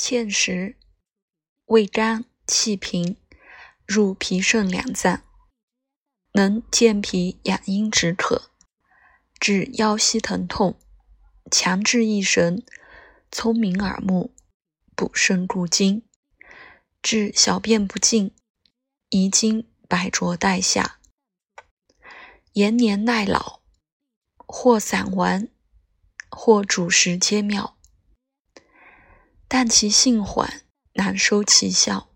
芡实，味甘气平，入脾肾两脏，能健脾养阴止渴，治腰膝疼痛，强志益神，聪明耳目，补肾固精，治小便不尽，遗精白浊带下，延年耐老，或散丸，或主食皆妙，但其性缓，难收其效。